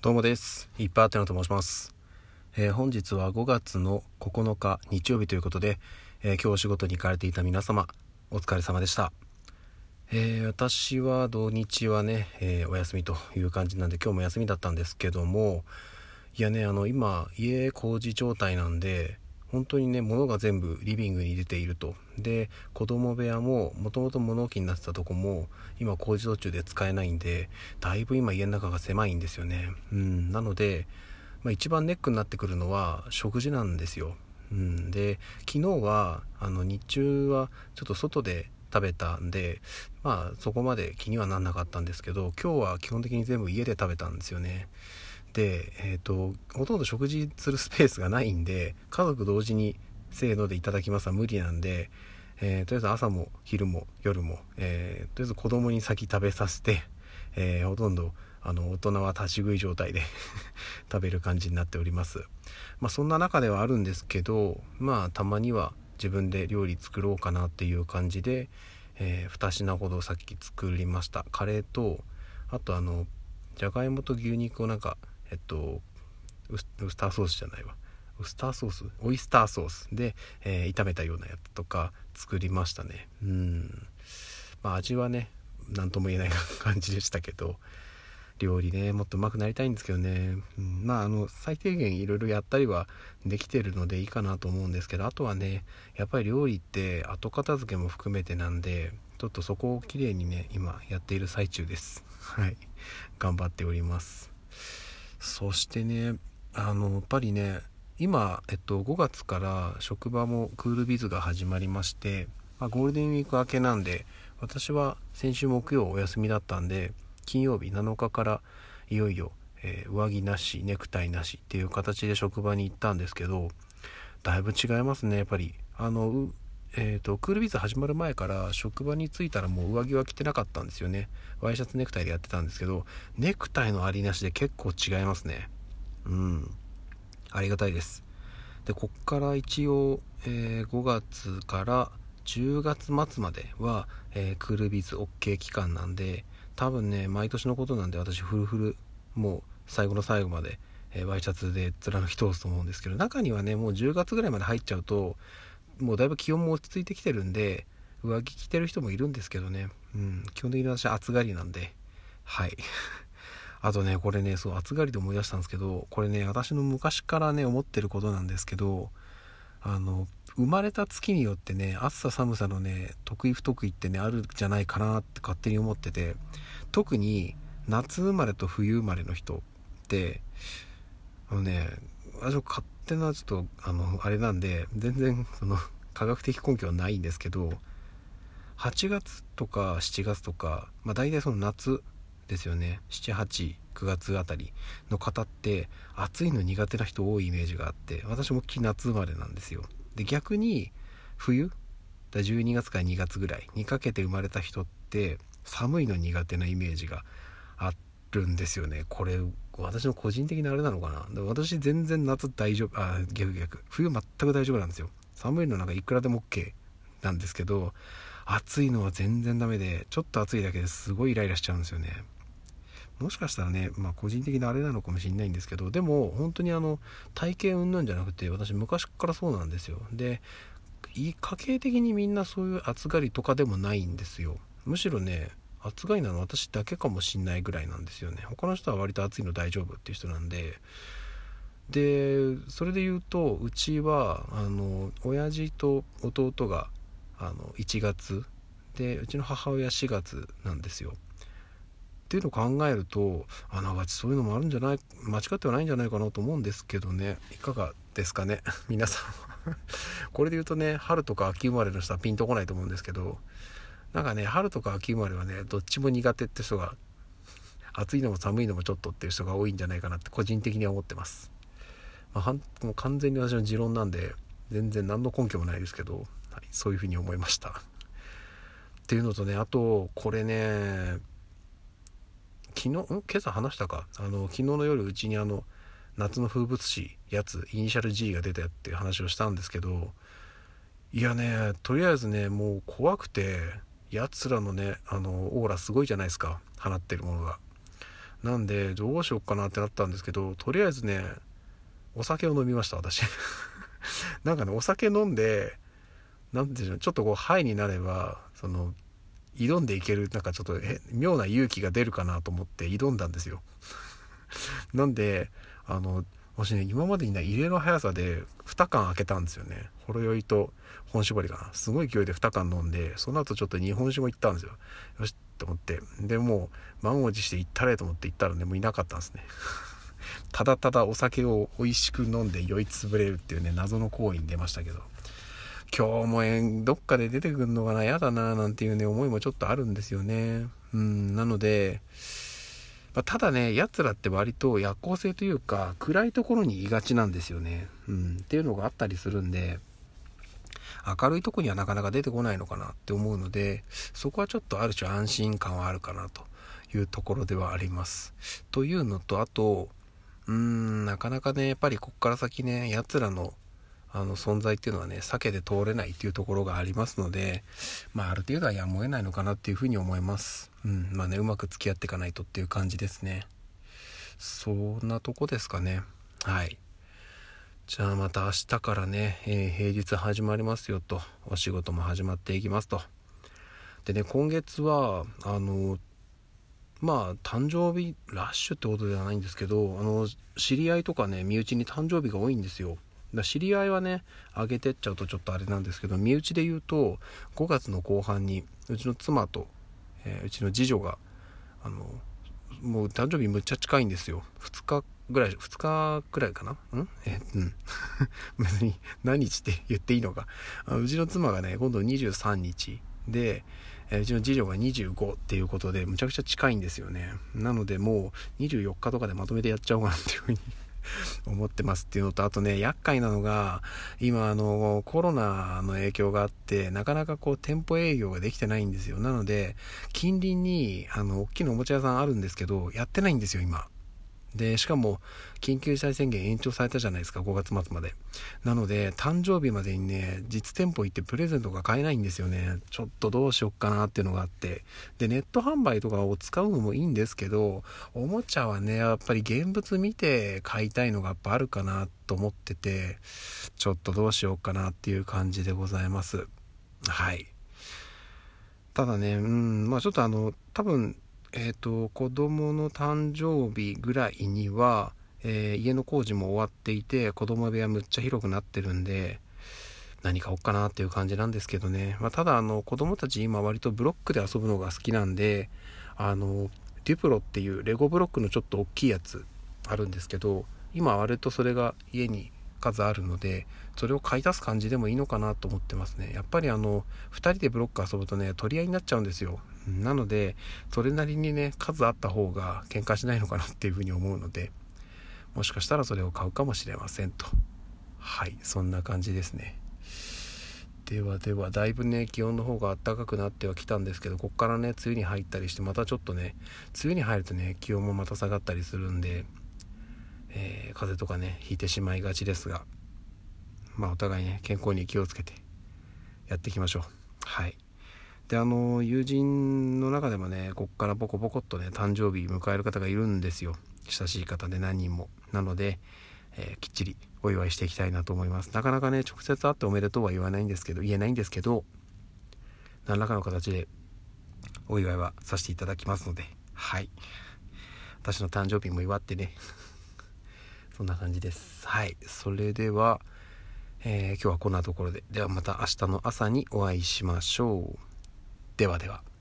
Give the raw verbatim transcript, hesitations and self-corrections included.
どうもです。いっぱいあってのと申します。えー、本日はごがつのここのか日曜日ということで、えー、今日お仕事に行かれていた皆様お疲れ様でした。えー、私は土日はね、えー、お休みという感じなんで今日も休みだったんですけども、いやねあの今家工事状態なんで本当にね物が全部リビングに出ていると。で子供部屋ももともと物置になってたとこも今工事途中で使えないんで、だいぶ今家の中が狭いんですよね。うんなので、まあ、一番ネックになってくるのは食事なんですよ。うんで昨日はあの日中はちょっと外で食べたんで、まあそこまで気にはなんなかったんですけど、今日は基本的に全部家で食べたんですよね。で、えーと、ほとんど食事するスペースがないんで、家族同時にせーのでいただきますは無理なんで、えー、とりあえず朝も昼も夜も、えー、とりあえず子供に先食べさせて、えー、ほとんどあの大人は立ち食い状態で食べる感じになっております。まあそんな中ではあるんですけど、まあたまには自分で料理作ろうかなっていう感じで、えー、に品ほどさっき作りました。カレーと、あとあのじゃがいもと牛肉をなんかえっとウス、ウスターソースじゃないわウスターソースオイスターソースで、えー、炒めたようなやつとか作りましたね。うんまあ味はね何とも言えない感じでしたけど、料理ねもっと上手くなりたいんですけどね、うん、まああの最低限いろいろやったりはできてるのでいいかなと思うんですけど、あとはねやっぱり料理って後片付けも含めてなんで、ちょっとそこをきれいにね今やっている最中です。はい頑張っております。そしてねあのやっぱりね今、えっと、ごがつから職場もクールビズが始まりまして、まあ、ゴールデンウィーク明けなんで、私は先週木曜お休みだったんで金曜日なのかからいよいよ、えー、上着なしネクタイなしっていう形で職場に行ったんですけど、だいぶ違いますねやっぱり。あのえーと、クールビズ始まる前から職場に着いたらもう上着は着てなかったんですよね。ワイシャツネクタイでやってたんですけど、ネクタイのありなしで結構違いますね。うんありがたいです。でこっから一応、えー、ごがつからじゅうがつ末までは、えー、クールビズ OK 期間なんで、多分ね毎年のことなんで私フルフルもう最後の最後まで、えー、ワイシャツで貫き通すと思うんですけど、中にはねもうじゅうがつぐらいまで入っちゃうともうだいぶ気温も落ち着いてきてるんで上着着てる人もいるんですけどね、うん、基本的に私は暑がりなんで、はいあとねこれねそう暑がりで思い出したんですけど、これね私の昔からね思ってることなんですけど、あの生まれた月によってね暑さ寒さのね得意不得意ってねあるんじゃないかなって勝手に思ってて、特に夏生まれと冬生まれの人ってあのね私の勝手なちょっとあのあれなんで全然その科学的根拠はないんですけど、はちがつとかしちがつとか、まあ大体その夏ですよね、しち、はち、くがつあたりの方って暑いの苦手な人多いイメージがあって、私も夏生まれなんですよ。で逆に冬だじゅうにがつからにがつぐらいにかけて生まれた人って寒いの苦手なイメージがあるんですよね。これ私の個人的なあれなのかな。で私全然夏大丈夫、あ逆逆冬全く大丈夫なんですよ。寒いのなんかいくらでも OK なんですけど、暑いのは全然ダメで、ちょっと暑いだけですごいイライラしちゃうんですよね。もしかしたらね、まあ個人的なあれなのかもしれないんですけど、でも本当にあの体型云々じゃなくて私昔からそうなんですよ。で家系的にみんなそういう暑がりとかでもないんですよ。むしろね暑がりなの私だけかもしんないぐらいなんですよね。他の人は割と暑いの大丈夫っていう人なんで。でそれで言うとうちはあの親父と弟があのいちがつで、うちの母親しがつなんですよ。っていうのを考えると、あながちそういうのもあるんじゃない、間違ってはないんじゃないかなと思うんですけどね。いかがですかね皆さんこれで言うとね春とか秋生まれの人はピンとこないと思うんですけど、なんかね春とか秋生まれはねどっちも苦手って人が、暑いのも寒いのもちょっとっていう人が多いんじゃないかなって個人的には思ってます。まあ、もう完全に私の持論なんで全然何の根拠もないですけど、はい、そういうふうに思いましたっていうのとね、あとこれね昨日ん今朝話したか、あの昨日の夜うちにあの夏の風物詩やつイニシャル G が出たっていう話をしたんですけど、いやねとりあえずねもう怖くて、やつらのねあのオーラすごいじゃないですか、放ってるものが。 なんでどうしようかなってなったんですけど、とりあえずねお酒を飲みました私なんかねお酒飲んでなんていうのちょっとこうハイになればその挑んでいけるなんかちょっと妙な勇気が出るかなと思って挑んだんですよなんであの私ね今までにない異例の速さでに缶開けたんですよね。ほろ酔いと本搾りかな、すごい勢いでに缶飲んで、その後ちょっと日本酒も行ったんですよ。よしと思って、でもう満を持して行ったれと思って行ったらねもういなかったんですねただただお酒を美味しく飲んで酔いつぶれるっていうね謎の行為に出ましたけど、今日もえんどっかで出てくるのかな、やだななんていうね思いもちょっとあるんですよね。うんなので、まあ、ただねやつらって割と夜行性というか暗いところにいがちなんですよね。うんっていうのがあったりするんで、明るいところにはなかなか出てこないのかなって思うので、そこはちょっとある種安心感はあるかなというところではあります。というのと、あとうーんなかなかねやっぱりこっから先ねやつらのあの存在っていうのはね避けて通れないっていうところがありますので、まあある程度はやむを得ないのかなっていうふうに思います。うんまあねうまく付き合っていかないとっていう感じですね。そんなとこですかね。はい。じゃあまた明日からね、えー、平日始まりますよと、お仕事も始まっていきますと。でね今月はあのまあ誕生日ラッシュってことではないんですけど、あの知り合いとかね身内に誕生日が多いんですよ。だ知り合いはね上げてっちゃうとちょっとあれなんですけど、身内で言うとごがつの後半にうちの妻と、えー、うちの次女があのもう誕生日むっちゃ近いんですよ。ふつかぐらいふつかくらいかなんえうん別に何日って言っていいのか、あうちの妻がね今度にじゅうさんにちで、えー、うちの次女がにじゅうごっていうことでむちゃくちゃ近いんですよね。なのでもうにじゅうよっかとかでまとめてやっちゃおうかなっていうふうに思ってますっていうのと、あとね厄介なのが今あのコロナの影響があってなかなかこう店舗営業ができてないんですよ。なので近隣にあの大きなおもちゃ屋さんあるんですけどやってないんですよ今で。しかも緊急事態宣言延長されたじゃないですか、ごがつ末まで。なので誕生日までにね実店舗行ってプレゼントが買えないんですよね。ちょっとどうしよっかなっていうのがあって、でネット販売とかを使うのもいいんですけど、おもちゃはねやっぱり現物見て買いたいのがやっぱあるかなと思ってて、ちょっとどうしようかなっていう感じでございます。はい。ただねうんまあちょっとあの多分えーと、子供の誕生日ぐらいには、えー、家の工事も終わっていて子供部屋むっちゃ広くなってるんで何買おうかなっていう感じなんですけどね。まあ、ただあの子供たち今割とブロックで遊ぶのが好きなんで、あのデュプロっていうレゴブロックのちょっと大きいやつあるんですけど、今割とそれが家に数あるのでそれを買い足す感じでもいいのかなと思ってますね。やっぱりあのふたりでブロック遊ぶとね取り合いになっちゃうんですよ。なのでそれなりにね数あった方が喧嘩しないのかなっていうふうに思うので、もしかしたらそれを買うかもしれませんと。はい、そんな感じですね。ではではだいぶね気温の方が暖かくなってはきたんですけど、こっからね梅雨に入ったりしてまたちょっとね梅雨に入るとね気温もまた下がったりするんで、えー、風邪とかねひいてしまいがちですが、まあお互いね健康に気をつけてやっていきましょう。はい。であの友人の中でもねこっからボコボコっとね誕生日迎える方がいるんですよ。親しい方で何人も。なので、えー、きっちりお祝いしていきたいなと思います。なかなかね直接会っておめでとうは言わないんですけど言えないんですけど、何らかの形でお祝いはさせていただきますので、はい、私の誕生日も祝ってねそんな感じです。はい、それでは、えー、今日はこんなところで、ではまた明日の朝にお会いしましょう。ではでは。